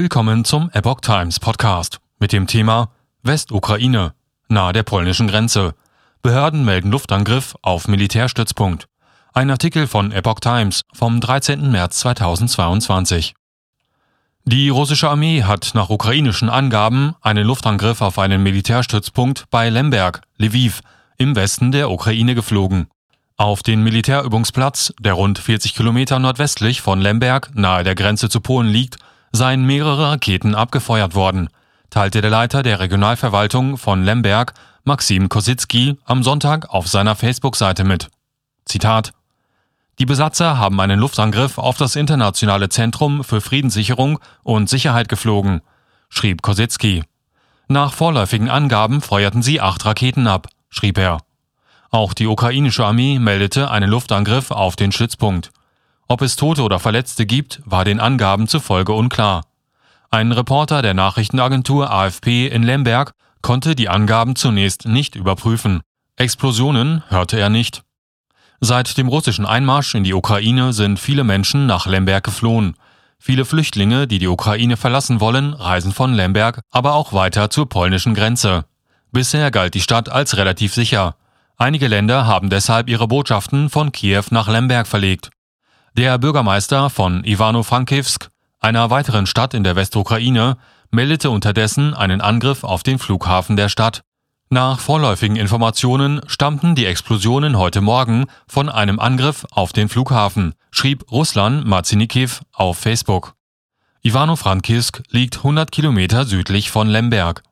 Willkommen zum Epoch Times Podcast mit dem Thema Westukraine, nahe der polnischen Grenze. Behörden melden Luftangriff auf Militärstützpunkt. Ein Artikel von Epoch Times vom 13. März 2022. Die russische Armee hat nach ukrainischen Angaben einen Luftangriff auf einen Militärstützpunkt bei Lemberg, Lviv, im Westen der Ukraine geflogen. Auf den Militärübungsplatz, der rund 40 Kilometer nordwestlich von Lemberg nahe der Grenze zu Polen liegt, seien mehrere Raketen abgefeuert worden, teilte der Leiter der Regionalverwaltung von Lemberg, Maksim Kosicki, am Sonntag auf seiner Facebook-Seite mit. Zitat: Die Besatzer haben einen Luftangriff auf das Internationale Zentrum für Friedenssicherung und Sicherheit geflogen, schrieb Kosicki. Nach vorläufigen Angaben feuerten sie 8 Raketen ab, schrieb er. Auch die ukrainische Armee meldete einen Luftangriff auf den Stützpunkt. Ob es Tote oder Verletzte gibt, war den Angaben zufolge unklar. Ein Reporter der Nachrichtenagentur AFP in Lemberg konnte die Angaben zunächst nicht überprüfen. Explosionen hörte er nicht. Seit dem russischen Einmarsch in die Ukraine sind viele Menschen nach Lemberg geflohen. Viele Flüchtlinge, die die Ukraine verlassen wollen, reisen von Lemberg, aber auch weiter zur polnischen Grenze. Bisher galt die Stadt als relativ sicher. Einige Länder haben deshalb ihre Botschaften von Kiew nach Lemberg verlegt. Der Bürgermeister von Ivano-Frankivsk, einer weiteren Stadt in der Westukraine, meldete unterdessen einen Angriff auf den Flughafen der Stadt. Nach vorläufigen Informationen stammten die Explosionen heute Morgen von einem Angriff auf den Flughafen, schrieb Ruslan Marcinikiw auf Facebook. Ivano-Frankivsk liegt 100 Kilometer südlich von Lemberg.